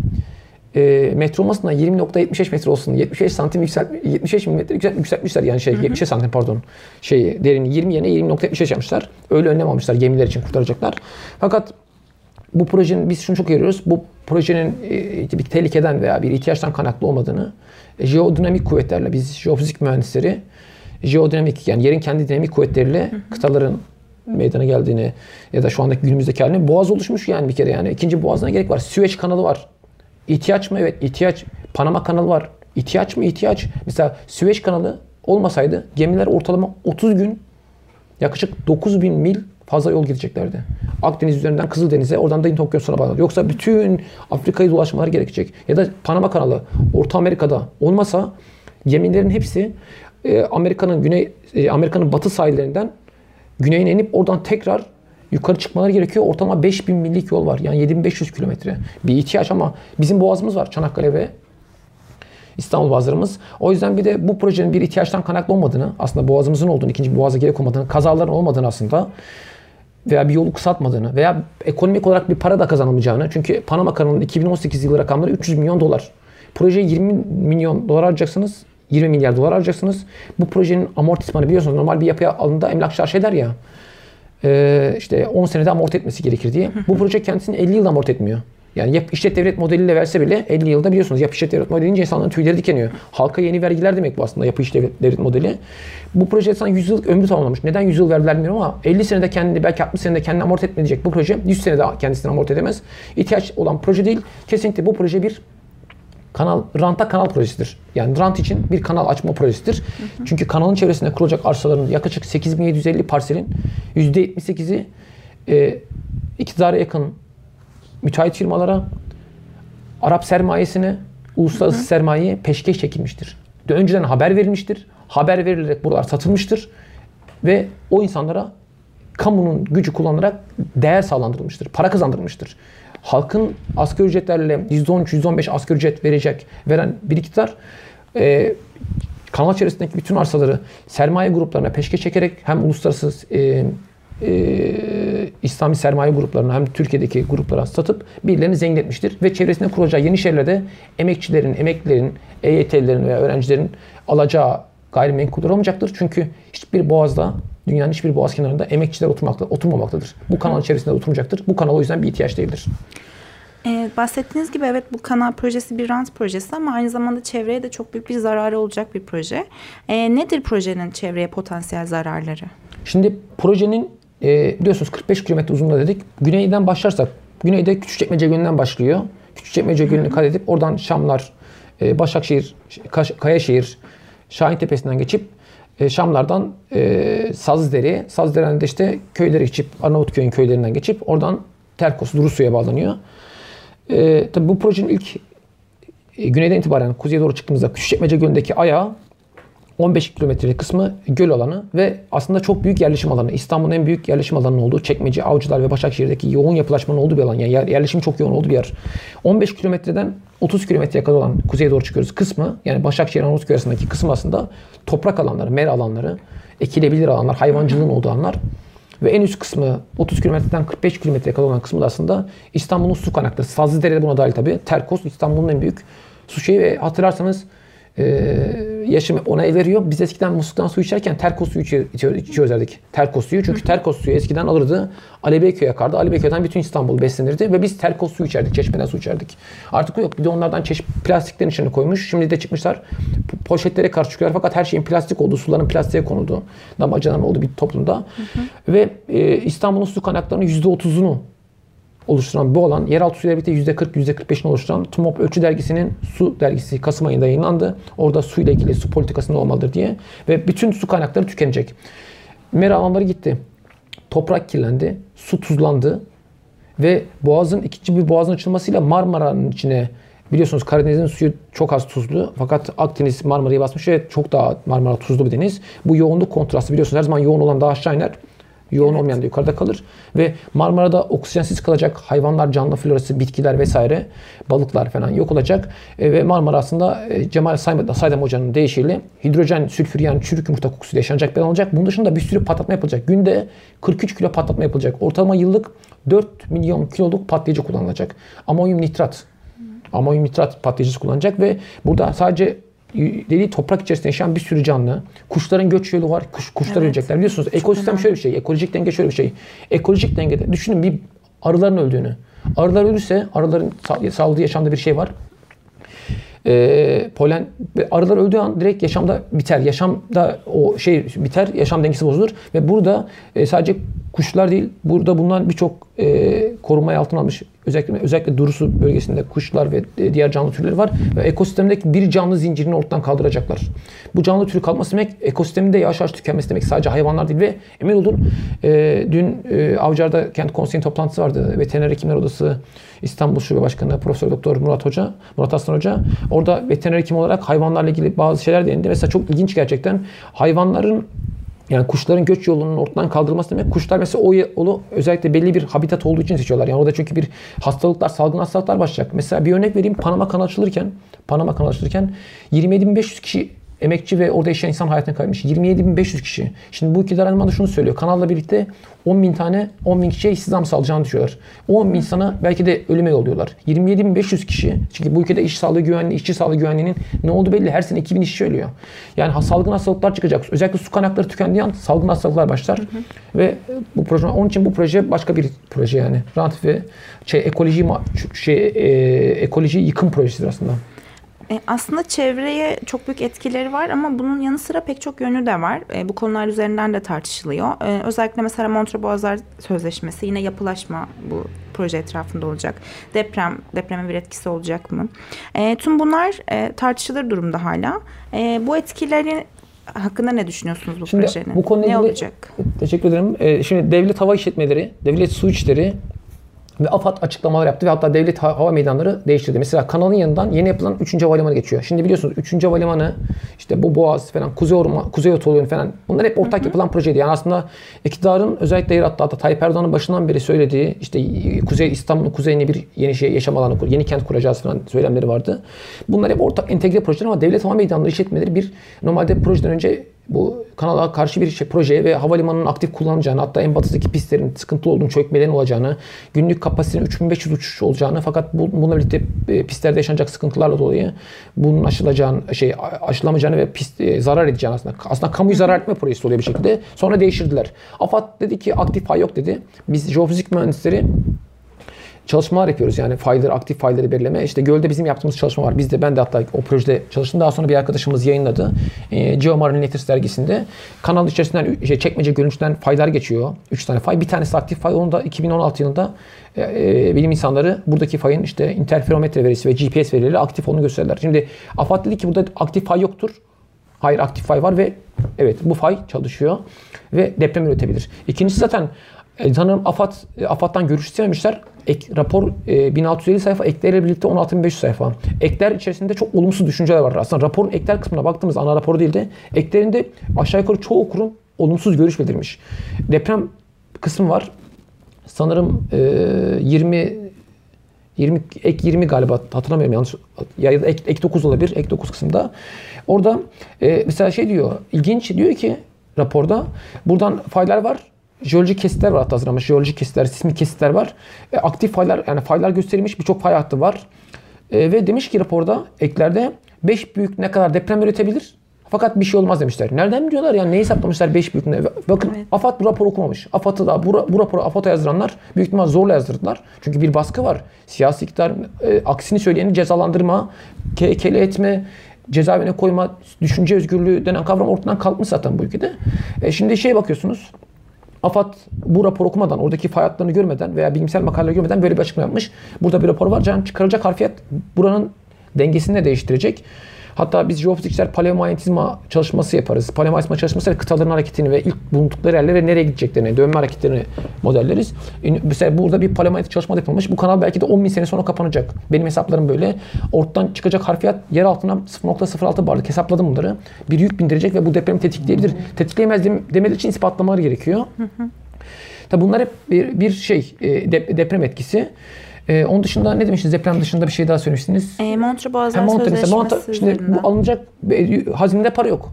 e, metre olmasından yirmi nokta yetmiş beş metre olsun. yetmiş beş santim yükselt yetmiş beş milimetre yükselt, yükseltmişler yani şey hı hı. yetmiş beş santim pardon. Şeyi derinliği yirmi yerine yirmi nokta yetmiş beş yapmışlar. Öyle önlem almışlar gemiler için kurtaracaklar. Fakat bu projenin biz şunu çok görüyoruz. Bu projenin e, bir tehlikeden veya bir ihtiyaçtan kaynaklı olmadığını e, jeodinamik kuvvetlerle biz jeofizik mühendisleri jeodinamik yani yerin kendi dinamik kuvvetleriyle hı hı. kıtaların meydana geldiğini ya da şu andaki günümüzdeki halini boğaz oluşmuş yani bir kere yani. İkinci boğazına gerek var. Süveyş kanalı var. İhtiyaç mı? Evet ihtiyaç. Panama kanalı var. İhtiyaç mı? İhtiyaç. Mesela Süveyş kanalı olmasaydı gemiler ortalama otuz gün yaklaşık dokuz bin mil fazla yol gideceklerdi. Akdeniz üzerinden Kızıldeniz'e oradan da Hint Okyanusu'na bağlı. Yoksa bütün Afrika'yı dolaşmaları gerekecek. Ya da Panama kanalı Orta Amerika'da olmasa gemilerin hepsi Amerika'nın güney Amerika'nın batı sahillerinden güneyine inip oradan tekrar yukarı çıkmaları gerekiyor. Ortalama beş bin millik yol var. Yani yedi bin beş yüz kilometre. Bir ihtiyaç ama bizim boğazımız var. Çanakkale ve İstanbul boğazlarımız. O yüzden bir de bu projenin bir ihtiyaçtan kaynaklı olmadığını, aslında boğazımızın olduğunu, ikinci bir boğaza gerek olmadığını, kazaların olmadığını aslında veya bir yolu kısaltmadığını veya ekonomik olarak bir para da kazanılmayacağını. Çünkü Panama kanalının iki bin on sekiz yılı rakamları üç yüz milyon dolar. Projeye yirmi milyon dolar harcayacaksınız. yirmi milyar dolar harcayacaksınız. Bu projenin amortismanı biliyorsunuz normal bir yapıya alındığında emlakçılar şey der ya e, işte on senede amorti etmesi gerekir diye. Bu proje kendisini elli yılda amorti etmiyor. Yani yap işlet devlet modeliyle verse bile elli yılda biliyorsunuz yap işlet devlet modeli deyince insanların tüyleri dikeniyor. Halka yeni vergiler demek bu aslında yapı işlet devlet, devlet modeli. Bu proje sana yüz yıllık ömrü tamamlamış. Neden yüz yıl verdiler bilmiyorum ama elli senede kendini belki altmış senede kendini amorti etmeyecek bu proje yüz senede kendisini amorti edemez. İhtiyaç olan proje değil. Kesinlikle bu proje bir kanal, ranta kanal projesidir. Yani rant için bir kanal açma projesidir. Hı hı. Çünkü kanalın çevresinde kurulacak arsaların yaklaşık sekiz bin yedi yüz elli parselin yüzde yetmiş sekizi e, iktidara yakın müteahhit firmalara, Arap sermayesine, uluslararası hı hı. sermayeye peşkeş çekilmiştir. De önceden haber verilmiştir. Haber verilerek buralar satılmıştır. Ve o insanlara kamunun gücü kullanarak değer sağlandırılmıştır. Para kazandırılmıştır. Halkın asgari ücretlerle yüzde on üç yüzde on beş asgari ücret verecek, veren bir iktidar e, kanal içerisindeki bütün arsaları sermaye gruplarına peşkeş çekerek hem uluslararası e, e, İslami sermaye gruplarına hem Türkiye'deki gruplara satıp birilerini zengin etmiştir. Ve çevresinde kuracağı yeni şehirlerde emekçilerin, emeklilerin, E Y T'lilerin veya öğrencilerin alacağı gayrimenkuller olmayacaktır. Çünkü hiçbir boğazda, dünyanın hiçbir boğaz kenarında emekçiler oturmakta, oturmamaktadır. Bu kanal içerisinde oturmayacaktır. Bu kanal o yüzden bir ihtiyaç değildir. Ee, bahsettiğiniz gibi evet, bu kanal projesi bir rant projesi ama aynı zamanda çevreye de çok büyük bir zararı olacak bir proje. Ee, nedir projenin çevreye potansiyel zararları? Şimdi projenin e, biliyorsunuz kırk beş kilometre uzunluğunda dedik. Güneyden başlarsak, güneyde Küçükçekmece Gölü'nden başlıyor. Küçükçekmece Gölü'nü kat edip oradan Şamlar, e, Başakşehir, Kayaşehir, Şahintepesi'nden geçip e, Şamlardan e, Sazlıdere'ye, Sazlıdere'den de işte köylere geçip Arnavutköy'ün köylerinden geçip oradan Terkos, Durusu'ya bağlanıyor. E, tabii bu projenin ilk e, güneyden itibaren kuzeye doğru çıktığımızda Küçükçekmece Gölü'ndeki ayağı on beş kilometrelik kısmı göl alanı ve aslında çok büyük yerleşim alanı. İstanbul'un en büyük yerleşim alanının olduğu, Çekmece, Avcılar ve Başakşehir'deki yoğun yapılaşmanın olduğu bir alan. Yani yerleşim çok yoğun olduğu bir yer. on beş kilometreden otuz kilometreye kadar olan kuzeye doğru çıkıyoruz kısmı, yani Başakşehir Arnavutköy arasındaki kısım aslında toprak alanları, mera alanları, ekilebilir alanlar, hayvancılığın olduğu alanlar. Ve en üst kısmı otuz kilometreden kırk beş kilometreye kadar olan kısmı da aslında İstanbul'un su kaynakları. Sazlıdere buna dahil tabii. Terkos İstanbul'un en büyük su şeyi ve hatırlarsanız Ee, yaşım ona el veriyor. Biz eskiden musluktan su içerken Terkos suyu içiyoruz derdik. Terkos suyu. Çünkü Terkos suyu eskiden alırdı. Ali Beyköy'e akardı. Ali Beyköy'den bütün İstanbul beslenirdi ve biz Terkos suyu içerdik. Çeşmeden su içerdik. Artık o yok. Bir de onlardan çeşit plastiklerin içine koymuş. Şimdi de çıkmışlar. Poşetlere karşı çıkıyorlar. Fakat her şeyin plastik olduğu, suların plastiğe konulduğu, damacananın olduğu bir toplumda. Hı hı. Ve e, İstanbul'un su kaynaklarının yüzde otuzunu oluşturan bu alan, yeraltı suyla birlikte yüzde kırk yüzde kırk beşini oluşturan TUMOP Ölçü Dergisi'nin su dergisi Kasım ayında yayınlandı. Orada su ile ilgili su politikası ne olmalıdır diye. Ve bütün su kaynakları tükenecek. Mera alanları gitti. Toprak kirlendi. Su tuzlandı. Ve boğazın, ikinci bir boğazın açılmasıyla Marmara'nın içine, biliyorsunuz Karadeniz'in suyu çok az tuzlu. Fakat Akdeniz Marmara'yı basmış ve çok daha Marmara tuzlu bir deniz. Bu yoğunluk kontrastı, biliyorsunuz her zaman yoğun olan daha aşağı iner. Yoğun evet. olmayan da yukarıda kalır. Ve Marmara'da oksijensiz kalacak hayvanlar, canlı florası, bitkiler vesaire, balıklar falan yok olacak. E, ve Marmara aslında e, Cemal Saydam Hoca'nın deyişiyle hidrojen, sülfür yani çürük yumurta kokusu yaşanacak bir alan olacak. Bunun dışında bir sürü patlatma yapılacak. Günde kırk üç kilo patlatma yapılacak. Ortalama yıllık dört milyon kiloluk patlayıcı kullanılacak. Amonyum nitrat. Amonyum nitrat patlayıcısı kullanacak ve burada sadece dediği toprak içerisinde yaşayan bir sürü canlı. Kuşların göç yolu var. Kuş, kuşlar evet. ölecekler. Biliyorsunuz ekosistem şöyle bir şey. Ekolojik denge şöyle bir şey. Ekolojik dengede düşünün bir arıların öldüğünü. Arılar ölürse arıların sağladığı yaşamda bir şey var. Ee, polen arılar öldüğü an direkt yaşamda biter. Yaşamda o şey biter. Yaşam dengesi bozulur ve burada e, sadece kuşlar değil, burada bulunan birçok e, korumaya altına almış özellikle özellikle Durusu bölgesinde kuşlar ve e, diğer canlı türleri var ve ekosistemdeki bir canlı zincirini ortadan kaldıracaklar. Bu canlı türü kalması demek ekosistemin de yavaş yavaş tükenmesi demek. Sadece hayvanlar değil ve emin olun e, dün e, Avcılar'da kent konseyin toplantısı vardı. Veteriner Hekimler Odası İstanbul Şube Başkanı Profesör Doktor Murat Hoca, Murat Aslan Hoca orada veteriner hekim olarak hayvanlarla ilgili bazı şeyler değindi. Mesela çok ilginç gerçekten. Hayvanların yani kuşların göç yolunun ortadan kaldırılması demek. Kuşlar mesela o yolu özellikle belli bir habitat olduğu için seçiyorlar. Yani orada çünkü bir hastalıklar, salgın hastalıklar başlayacak. Mesela bir örnek vereyim. Panama kanalı açılırken, Panama kanalı açılırken yirmi yedi bin beş yüz kişi emekçi ve orada yaşayan insan hayatını kaybetmiş. yirmi yedi bin beş yüz kişi. Şimdi bu iktidar aynı şunu söylüyor. Kanalla birlikte on bin tane, on bin kişiye istihdam sağlayacağını düşünüyorlar. on bin insana belki de ölüme yolluyorlar. yirmi yedi bin beş yüz kişi. Çünkü bu ülkede iş sağlığı güvenliği, işçi sağlığı güvenliğinin ne olduğu belli. Her sene iki bin işçi ölüyor. Yani salgın hastalıklar çıkacak. Özellikle su kaynakları tükendiği an salgın hastalıklar başlar. Hı hı. Ve bu proje, onun için bu proje başka bir proje yani. Rant ve şey ekoloji şey e, ekoloji yıkım projesidir aslında. Aslında çevreye çok büyük etkileri var ama bunun yanı sıra pek çok yönü de var. Bu konular üzerinden de tartışılıyor. Özellikle mesela Montreux Boğazlar Sözleşmesi, yine yapılaşma bu proje etrafında olacak. Deprem, depremin bir etkisi olacak mı? Tüm bunlar tartışılır durumda hala. Bu etkileri hakkında ne düşünüyorsunuz bu Şimdi projenin? Bu konuyla ne ilgili, olacak? Teşekkür ederim. Şimdi devlet hava işletmeleri, devlet su işleri Ve AFAD açıklamalar yaptı ve hatta devlet hava meydanları değiştirdi. Mesela kanalın yanından yeni yapılan üçüncü havalimanı geçiyor. Şimdi biliyorsunuz üçüncü havalimanı, işte bu Boğaz falan, Kuzey, Orman, Kuzey Otoyolu falan, bunlar hep ortak hı hı. yapılan projeydi. Yani aslında iktidarın özellikle yer hatta Tayyip Erdoğan'ın başından beri söylediği, işte Kuzey İstanbul'un kuzeyine bir yeni şey yaşam alanı, yeni kent kuracağız falan söylemleri vardı. Bunlar hep ortak entegre projeler ama devlet hava meydanları işletmeleri bir normalde projeden önce bu kanala karşı bir şey, projeye ve havalimanının aktif kullanılacağını, hatta en batıdaki pistlerin sıkıntılı olduğunu, çökmelerin olacağını, günlük kapasitenin üç bin beş yüz uçuş olacağını, fakat bu, bununla birlikte pistlerde yaşanacak sıkıntılarla dolayı bunun aşılacağını, şey aşılamayacağını ve pist e, zarar edeceğini aslında. Aslında kamuyu zarar etme projesi oluyor bir şekilde. Sonra değiştirdiler. AFAD dedi ki aktif fay yok dedi. Biz jeofizik mühendisleri çalışmalar yapıyoruz, yani fayları, aktif fayları belirleme. İşte Göl'de bizim yaptığımız çalışma var. Biz de, ben de hatta o projede çalıştım. Daha sonra bir arkadaşımız yayınladı. E, Geomarine Letters dergisinde. Kanal içerisinden, şey, Çekmece Gölü'nün faylar geçiyor. Üç tane fay. Bir tanesi aktif fay. Onu da iki bin on altı yılında e, e, bilim insanları buradaki fayın işte interferometre verisi ve G P S verileriyle aktif olduğunu gösterdiler. Şimdi AFAD dedi ki burada aktif fay yoktur. Hayır, aktif fay var ve evet bu fay çalışıyor ve deprem üretebilir. İkincisi zaten E, sanırım AFAD, AFAD'dan görüş istememişler. Ek, rapor e, bin altı yüz elli sayfa, ekleriyle birlikte on altı bin beş yüz sayfa. Ekler içerisinde çok olumsuz düşünceler var. Aslında raporun ekler kısmına baktığımız, ana raporu değil de eklerinde aşağı yukarı çoğu kurum olumsuz görüş bildirmiş. Deprem kısmı var. Sanırım e, yirmi yirmi ek yirmi galiba, hatırlamıyorum yanlış, ya da ek, ek dokuz olabilir, ek dokuz kısımda. Orada e, mesela şey diyor, ilginç, diyor ki raporda buradan faylar var. Jeolojik kesitler var hatta hazırlanmış. Jeolojik kesitler, sismik kesitler var. E, aktif faylar, yani faylar gösterilmiş, birçok fay hattı var. E, ve demiş ki raporda, eklerde beş büyük ne kadar deprem üretebilir? Fakat bir şey olmaz demişler. Nereden biliyorlar yani, neyi hesaplamışlar beş büyük ne? Bakın evet. AFAD bu raporu okumamış. AFAD'ı da bu, bu raporu AFAD'a yazdıranlar büyük ihtimal zorla yazdırdılar. Çünkü bir baskı var. Siyasi iktidar e, aksini söyleyeni cezalandırma, ke kele etme, cezaevine koyma, düşünce özgürlüğü denen kavram ortadan kalkmış zaten bu ülkede. E, şimdi şeye bakıyorsunuz. AFAD bu rapor okumadan, oradaki fay hatlarını görmeden veya bilimsel makaleleri görmeden böyle bir açıklama yapmış. Burada bir rapor var. Can çıkarılacak harfiyat buranın dengesini de değiştirecek. Hatta biz jeofizikçiler paleomanyetizma çalışması yaparız. Paleomanyetizma çalışması kıtaların hareketini ve ilk bulundukları yerlere nereye gideceklerini, dönme hareketlerini modelleriz. Mesela burada bir paleomanyetik çalışma yapılmış. Bu kanal belki de on bin sene sonra kapanacak. Benim hesaplarım böyle. Ortadan çıkacak harfiyat yer altına sıfır nokta sıfır altı barlık. Hesapladım bunları. Bir yük bindirecek ve bu depremi tetikleyebilir. Tetikleyemez demeleri için ispatlamaları gerekiyor. Tabi bunlar hep bir, bir şey, deprem etkisi. Ee, onun dışında ne demiştiniz? Deprem dışında bir şey daha söylemiştiniz. E, Montreux Boğazlar Sözleşmesi Montreux, şimdi bu alınacak, hazinede para yok.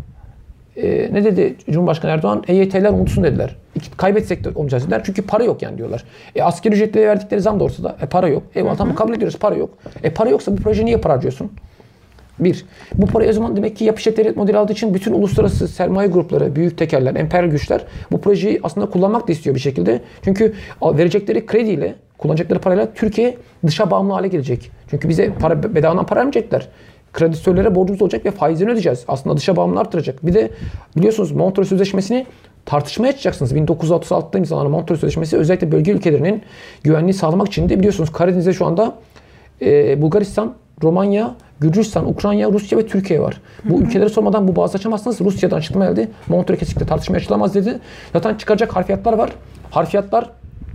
Ee, ne dedi Cumhurbaşkanı Erdoğan? E Y T'ler unutsun dediler. Kaybetsek de olmayacağız dediler. Çünkü para yok yani diyorlar. E, asgari ücretlere verdikleri zam da ortada. E, para yok. Eyvallah, tamam, kabul ediyoruz, para yok. E para yoksa bu proje niye para harcıyorsun? Bir, bu parayı o zaman demek ki yapışık devlet modeli aldığı için bütün uluslararası sermaye grupları, büyük tekerler, emperyal güçler bu projeyi aslında kullanmak da istiyor bir şekilde. Çünkü verecekleri krediyle, kullanacakları parayla Türkiye dışa bağımlı hale gelecek. Çünkü bize para, bedavadan para vermeyecekler. Kreditörlere borcumuz olacak ve faizini ödeyeceğiz. Aslında dışa bağımlılığı artıracak. Bir de biliyorsunuz Montreux Sözleşmesi'ni tartışmaya açacaksınız. bin dokuz yüz otuz altıda imzalanan Montreux Sözleşmesi özellikle bölge ülkelerinin güvenliğini sağlamak için de biliyorsunuz Karadeniz'de şu anda e, Bulgaristan, Romanya, Gürcistan, Ukrayna, Rusya ve Türkiye var. Bu hı hı. ülkeleri sormadan bu boğazı açamazsınız. Rusya'dan açıklama geldi. Montreux kesinlikle tartışmaya açılamaz dedi. Zaten çıkaracak harfiyatlar var. Harfiyatlar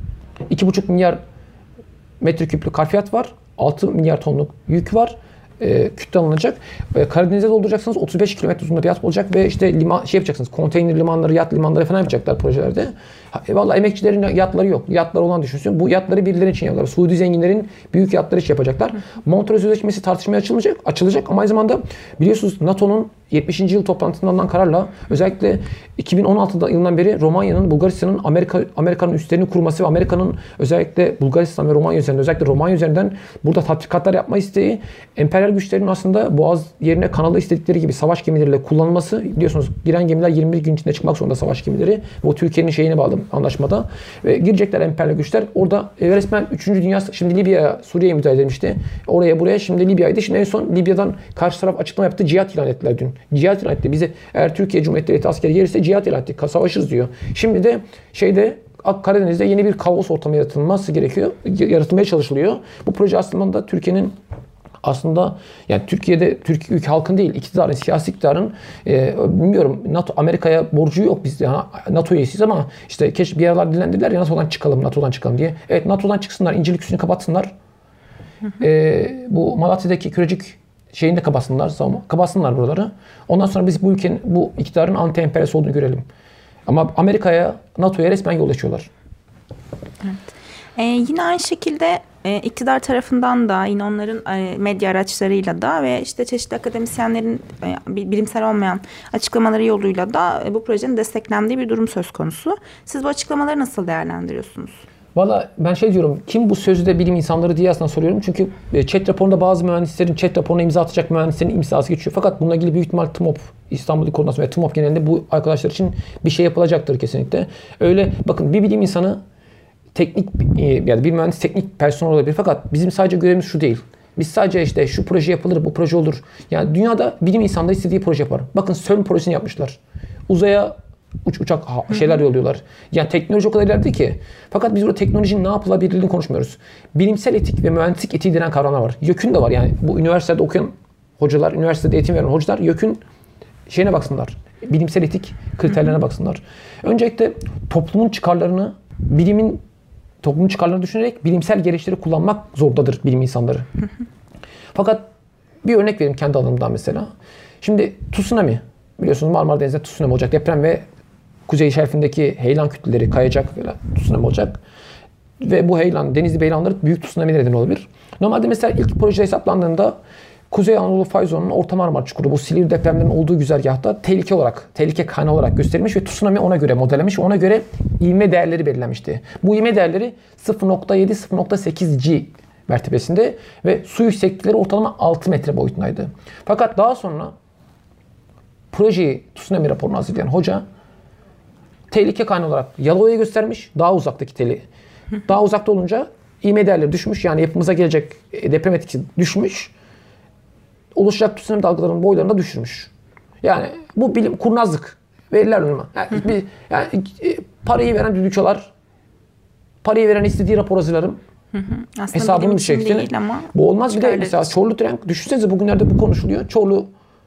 iki buçuk milyar metreküplük harfiyat var. altı milyar tonluk yük var. E, kütle alınacak. E, Karadeniz'e dolduracaksınız. otuz beş kilometre uzunluğunda bir hat olacak ve işte liman şey yapacaksınız. Konteyner limanları, yat limanları falan yapacaklar projelerde. E, vallahi emekçilerin yatları yok. Yatlar olan düşünsün. Bu yatları birileri için yapıyorlar. Suudi zenginlerin büyük yatları için yapacaklar. Montreux Sözleşmesi tartışmaya açılacak. Açılacak ama aynı zamanda biliyorsunuz NATO'nun yetmişinci yıl toplantısından alınan kararla özellikle iki bin on altı yılından beri Romanya'nın, Bulgaristan'ın Amerika Amerika'nın üslerini kurması ve Amerika'nın özellikle Bulgaristan ve Romanya üzerinden, özellikle Romanya üzerinden burada tatbikatlar yapma isteği, emperyal güçlerin aslında Boğaz yerine kanalı istedikleri gibi savaş gemileriyle kullanılması, biliyorsunuz giren gemiler yirmi bir gün içinde çıkmak zorunda, savaş gemileri. Bu Türkiye'nin şeyine bağlı anlaşmada. Ve girecekler emperyal güçler. Orada e, resmen üçüncü Dünya, şimdi Libya, Suriye'ye müdahale edilmişti. Oraya buraya, şimdi Libya'ydı. Şimdi en son Libya'dan karşı taraf açıklama yaptı. Cihat ilan ettiler dün. Cihat ilan etti. Bize eğer Türkiye Cumhuriyeti Devleti askeri gelirse cihat ilan ettik. Savaşırız diyor. Şimdi de şeyde Karadeniz'de yeni bir kaos ortamı yaratılması gerekiyor. Yaratılmaya çalışılıyor. Bu proje aslında Türkiye'nin Aslında yani Türkiye'de Türk ülke halkın değil, iktidarın, siyasi iktidarın e, bilmiyorum NATO Amerika'ya borcu yok, biz yani NATO üyesiyiz ama işte keşke bir aralar dilendirdiler ya NATO'dan çıkalım, NATO'dan çıkalım diye. Evet, NATO'dan çıksınlar, İncirlik üssünü kapatsınlar. e, bu Malatya'daki Kürecik şeyini de kapatsınlar, savunma, kapatsınlar buraları. Ondan sonra biz bu ülkenin, bu iktidarın anti-emperyalist olduğunu görelim. Ama Amerika'ya, NATO'ya resmen yol açıyorlar. Evet. Ee, yine aynı şekilde e, iktidar tarafından da yine onların e, medya araçlarıyla da ve işte çeşitli akademisyenlerin e, bilimsel olmayan açıklamaları yoluyla da e, bu projenin desteklendiği bir durum söz konusu. Siz bu açıklamaları nasıl değerlendiriyorsunuz? Valla ben şey diyorum, kim bu sözde bilim insanları diye aslında soruyorum. Çünkü chat raporunda bazı mühendislerin chat raporuna imza atacak mühendislerin imzası geçiyor. Fakat bununla ilgili büyük ihtimal TMOP, İstanbul İl Koordinasyon ve TMOP genelinde bu arkadaşlar için bir şey yapılacaktır kesinlikle. Öyle bakın, bir bilim insanı teknik yani bir mühendis teknik personel olabilir, fakat bizim sadece görevimiz şu değil. Biz sadece işte şu proje yapılır, bu proje olur. Yani dünyada bilim insanları istediği proje yapar. Bakın CERN projesini yapmışlar. Uzaya uç, uçak şeyler yolluyorlar. Yani teknoloji o kadar ileride ki. Fakat biz burada teknolojinin ne yapılabilirliğini konuşmuyoruz. Bilimsel etik ve mühendislik etiği denen kavramlar var. YÖK'ün de var yani. Bu üniversitede okuyan hocalar, üniversitede eğitim veren hocalar YÖK'ün şeyine baksınlar. Bilimsel etik kriterlerine baksınlar. Öncelikle toplumun çıkarlarını, bilimin toplumun çıkarlarını düşünerek bilimsel gereçleri kullanmak zorundadır bilim insanları. Fakat bir örnek vereyim kendi alanımdan mesela. Şimdi tsunami, biliyorsunuz Marmara Denizi'nde tsunami olacak. Deprem ve kuzey şerfindeki heyelan kütleleri kayacak ve tsunami olacak. Ve bu heyelan, denizli heyelanları büyük tsunami neden olabilir. Normalde mesela ilk proje hesaplandığında Kuzey Anadolu fay zonunun Orta Marmara Çukuru, bu Silivri depremlerinin olduğu güzergahta tehlike olarak, tehlike kaynağı olarak gösterilmiş ve tsunami ona göre modellenmiş ve ona göre ivme değerleri belirlenmişti. Bu ivme değerleri sıfır nokta yedi sıfır nokta sekiz G mertebesinde ve su yükseklikleri ortalama altı metre boyutundaydı. Fakat daha sonra projeyi, tsunami raporunu hazırlayan hoca tehlike kaynağı olarak Yalova'ya göstermiş, daha uzaktaki teli. Daha uzakta olunca ivme değerleri düşmüş, yani yapımıza gelecek deprem etkisi düşmüş. Oluşacak tsunami dalgalarının boylarını da düşürmüş. Yani bu bilim kurnazlık, veriler önüme. Yani, bir, yani parayı veren düdük çalar, parayı veren istediği rapor hazırlarım. Hesabını düşeceksin. Bu olmaz. Bir de mesela Çorlu tren, düşünsenize bugünlerde bu konuşuluyor. Çorlu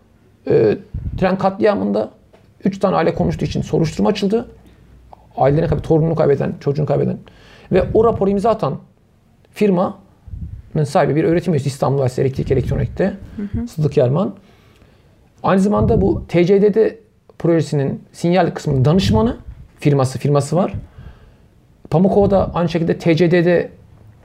e, tren katliamında üç tane aile konuştuğu için soruşturma açıldı. Ailelerini kaybeden, torununu kaybeden, çocuğunu kaybeden ve o raporu imza atan firma sahibi bir öğretim üyesi İstanbul Üniversitesi Elektrik Elektronik'te, Sıddık Yarman. Aynı zamanda bu T C D D projesinin sinyal kısmının danışmanı, firması firması var. Pamukova'da aynı şekilde T C D D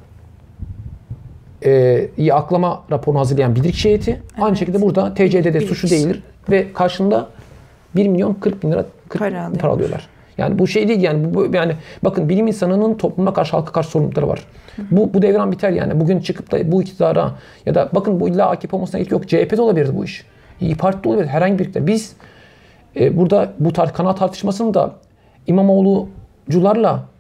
e, iyi aklama raporunu hazırlayan bilirkişi heyeti. Evet. Aynı şekilde burada T C D D suçlu değildir ve karşında bir milyon kırk bin lira kırk para, para alıyorlar. Yani bu şey değil yani, bu yani bakın, bilim insanının topluma karşı, halka karşı sorumlulukları var. Hı hı. Bu bu devran biter yani. Bugün çıkıp da bu iktidara ya da bakın, bu illa A K P olmasına gerek yok. C H P'de olabilirdi bu iş. İYİ Parti'de olabilir. Herhangi bir iktidar. Biz e, burada bu tar kanal tartışmasını da İmamoğlu'cularla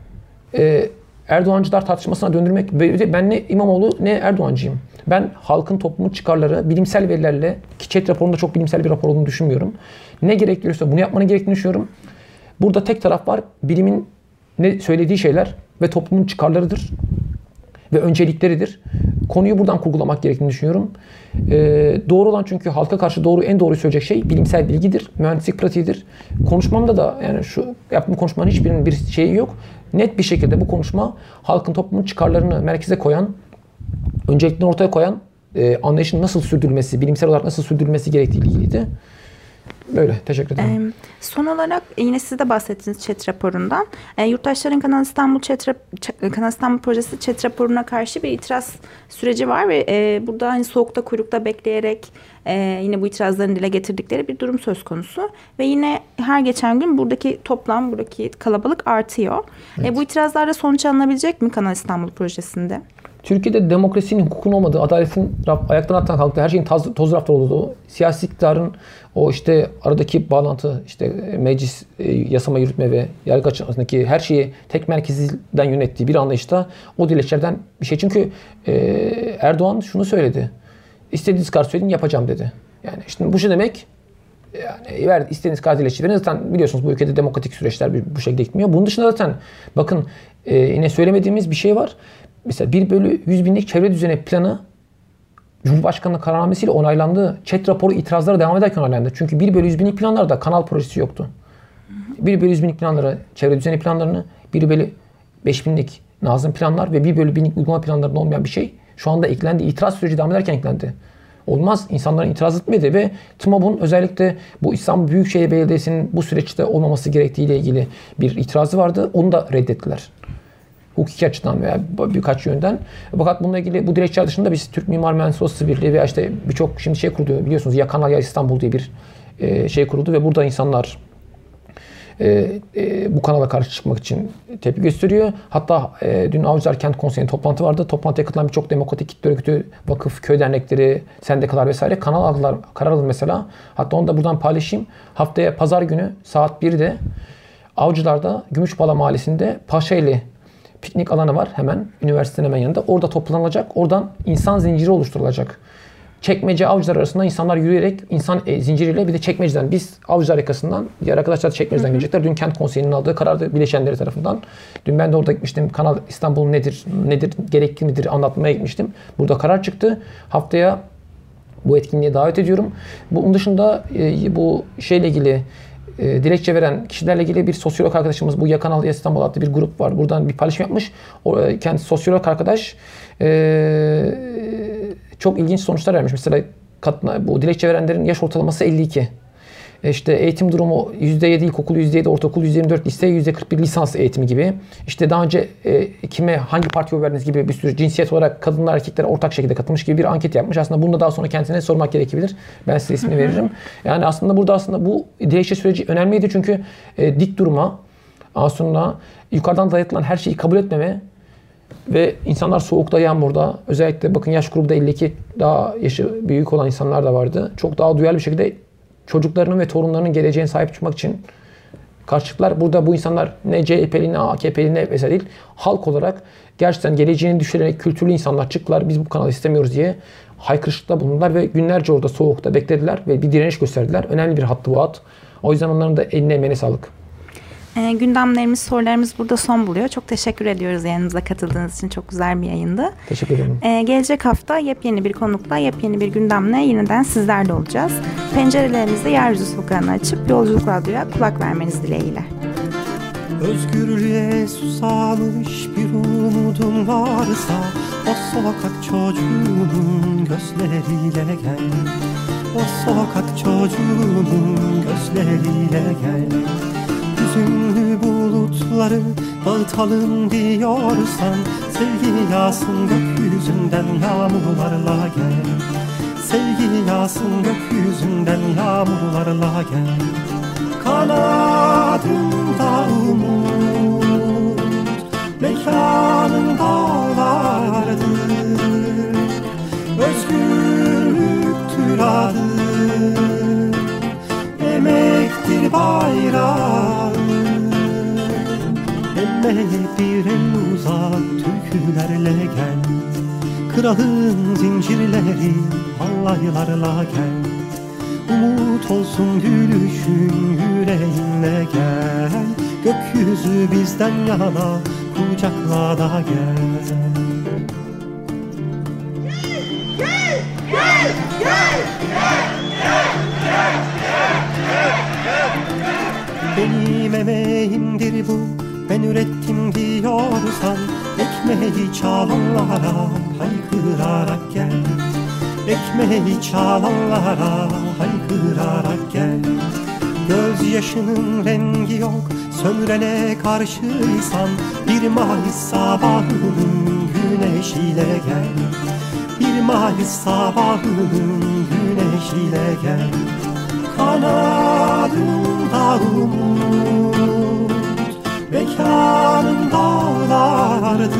e, Erdoğancılar tartışmasına döndürmek. Ben ne İmamoğlu ne Erdoğancıyım. Ben halkın, toplumun çıkarları bilimsel verilerle, ki chat raporunda çok bilimsel bir rapor olduğunu düşünmüyorum. Ne gerekiyorsa bunu yapmanı gerektiğini düşünüyorum. Burada tek taraf var. Bilimin ne söylediği şeyler ve toplumun çıkarlarıdır ve öncelikleridir. Konuyu buradan kurgulamak gerektiğini düşünüyorum. Ee, doğru olan, çünkü halka karşı doğru, en doğruyu söyleyecek şey bilimsel bilgidir, mühendislik pratiğidir. Konuşmamda da yani şu yaptığım konuşmanın hiçbirinin bir şeyi yok. Net bir şekilde bu konuşma halkın, toplumun çıkarlarını merkeze koyan, önceliklerini ortaya koyan, e, anlayışın nasıl sürdürülmesi, bilimsel olarak nasıl sürdürülmesi gerektiği ilgiliydi. Böyle. Teşekkür ederim. Ee, son olarak yine siz de bahsettiniz chat raporundan. E, yurttaşların Kanal İstanbul, chat, Kanal İstanbul projesi chat raporuna karşı bir itiraz süreci var ve e, burada hani soğukta kuyrukta bekleyerek e, yine bu itirazların dile getirdikleri bir durum söz konusu. Ve yine her geçen gün buradaki toplam, buradaki kalabalık artıyor. Evet. E, bu itirazlarla sonuç alınabilecek mi Kanal İstanbul projesinde? Türkiye'de demokrasinin, hukukun olmadığı, adaletin ayaktan alttan kalktığı, her şeyin toz, toz rafta olduğu, siyasi iktidarın o işte aradaki bağlantı, işte meclis, yasama, yürütme ve yargı arasındaki her şeyi tek merkezden yönettiği bir anlayışta o dilekçelerden bir şey. Çünkü e, Erdoğan şunu söyledi. İstediğiniz kadar söyleyin, yapacağım dedi. Yani işte bu şey demek, yani ver istediğiniz kadar dilekçe verin. Zaten biliyorsunuz bu ülkede demokratik süreçler bu şekilde gitmiyor. Bunun dışında zaten bakın e, yine söylemediğimiz bir şey var. Mesela bir bölü yüz binlik çevre düzeni planı Cumhurbaşkanlığı kararnamesiyle onaylandı. Chat raporu itirazlara devam ederken onaylandı. Çünkü bir bölü yüz binlik planlarda kanal projesi yoktu. bir bölü yüz binlik planları, çevre düzeni planlarını, bir bölü beş binlik nazım planlar ve bir bölü binlik uygulama planlarında olmayan bir şey şu anda eklendi. İtiraz süreci devam ederken eklendi. Olmaz. İnsanların itiraz etmedi ve TMOB'un özellikle bu İstanbul Büyükşehir Belediyesi'nin bu süreçte olmaması gerektiğiyle ilgili bir itirazı vardı. Onu da reddettiler. Hukuki açıdan veya birkaç yönden. Fakat bununla ilgili bu dilekçeler dışında biz Türk Mimar Mühendisleri Odası Birliği veya işte birçok şimdi şey kuruluyor biliyorsunuz. Ya Kanal ya İstanbul diye bir e, şey kuruldu ve burada insanlar e, e, bu kanala karşı çıkmak için tepki gösteriyor. Hatta e, dün Avcılar Kent Konseyi'nin toplantı vardı. Toplantıya katılan birçok demokratik kitle örgütü, vakıf, köy dernekleri, sendikalar vesaire kanal aldılar, karar aldı mesela. Hatta onu da buradan paylaşayım. Haftaya pazar günü saat birde Avcılar'da Gümüşbala Mahallesi'nde Paşaeli piknik alanı var hemen. Üniversitenin hemen yanında. Orada toplanılacak. Oradan insan zinciri oluşturulacak. Çekmece Avcılar arasında insanlar yürüyerek insan e, zinciriyle bir de Çekmece'den biz Avcılar yakasından diğer arkadaşlar da Çekmece'den gelecekler. Dün Kent Konseyi'nin aldığı karardı bileşenleri tarafından. Dün ben de orada gitmiştim. Kanal İstanbul nedir, nedir, gerekli midir anlatmaya gitmiştim. Burada karar çıktı. Haftaya bu etkinliğe davet ediyorum. Bunun dışında e, bu şeyle ilgili E, dilekçe veren kişilerle ilgili bir sosyolog arkadaşımız bu Ya Kanal Ya İstanbul adlı bir grup var. Buradan bir paylaşım yapmış. O, e, kendi sosyolog arkadaş e, çok ilginç sonuçlar vermiş. Mesela katına, bu dilekçe verenlerin yaş ortalaması elli iki. E işte eğitim durumu yüzde yedi ilkokul, yüzde yedi ortaokul, yüzde yirmi dört lise, yüzde kırk bir lisans eğitimi gibi. İşte daha önce e, kime hangi partiye oy verdiniz gibi bir sürü cinsiyet olarak kadınlar erkekler ortak şekilde katılmış gibi bir anket yapmış. Aslında bunu da daha sonra kendisine sormak gerekebilir. Ben size ismini veririm. Yani aslında burada aslında bu dilekçe süreci önemliydi çünkü e, dik durma, aslında yukarıdan dayatılan her şeyi kabul etmeme ve insanlar soğukta, yağmurda, özellikle bakın yaş grubunda elli iki daha yaşı büyük olan insanlar da vardı. Çok daha duyarlı bir şekilde çocuklarının ve torunlarının geleceğine sahip çıkmak için karşılıklar. Burada bu insanlar ne C H P'li ne A K P'li ne vesaire değil. Halk olarak gerçekten geleceğini düşünerek kültürlü insanlar çıktılar. Biz bu kanalı istemiyoruz diye haykırışta bulundular ve günlerce orada soğukta beklediler ve bir direniş gösterdiler. Önemli bir hattı bu hat. O yüzden onların da eline emeğine sağlık. E, gündemlerimiz, sorularımız burada son buluyor. Çok teşekkür ediyoruz yayınımıza katıldığınız için. Çok güzel bir yayındı. Teşekkür ederim. E, gelecek hafta yepyeni bir konukla, yepyeni bir gündemle yeniden sizlerle olacağız. Pencerelerinizi yeryüzü sokağına açıp Yolculuk Radyo'ya kulak vermeniz dileğiyle. Özgürlüğe susamış bir umudun varsa o sokak çocuğunun gözleriyle gel. O sokak çocuğunun gözleriyle gel. Hüzünlü bulutları dağıtalım diyorsan sevgi yağsın gökyüzünden yağmurlarla gel. Sevgi yağsın gökyüzünden yağmurlarla gel. Kanadımda umut, mekanım dağlardır. Özgürlüktür adım, emektir bayrağım. Emeğe bir el uzat, türkülerle gel. Kralın zincirleri halaylarla gel. Umut olsun gülüşün yüreğine gel. Gökyüzü bizden yana kucakla da gel. Gel, gel, gel, gel, gel, gel, gel, gel, gel. Benim emeğimdir bu, ben ürettim diyorsan ekmeği çalanlara haykırarak gel. Ekmeği çalanlara haykırarak gel. Gözyaşının rengi yok, sömürene karşıysan bir Mayıs sabahının güneşiyle gel. Bir Mayıs sabahının güneşiyle gel. Kanadımda umut, mekanım dağlardır.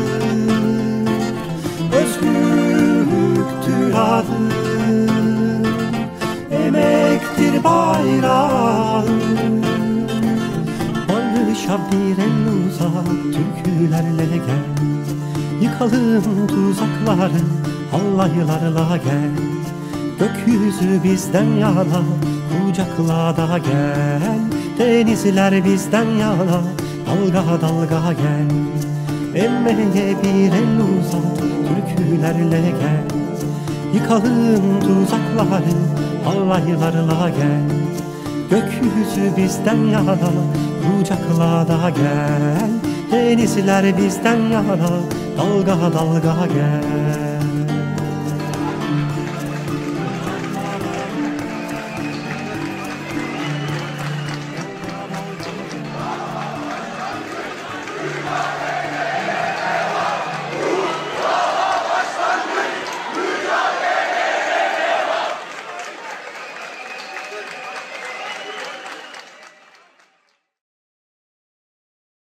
Özgürlüktür adım, emektir bayrağım. Barışa bir el uzat, türkülerle gel. Yıkalım tuzakları, halaylarla gel. Gökyüzü bizden yana, kucakla da gel. Denizler bizden yana, dalga dalga gel. Emeğe bir el uzat, türkülerle gel. Yıkalım tuzakları, alaylarla gel. Gökyüzü bizden yana, kucakla gel. Denizler bizden yana, dalga dalga gel.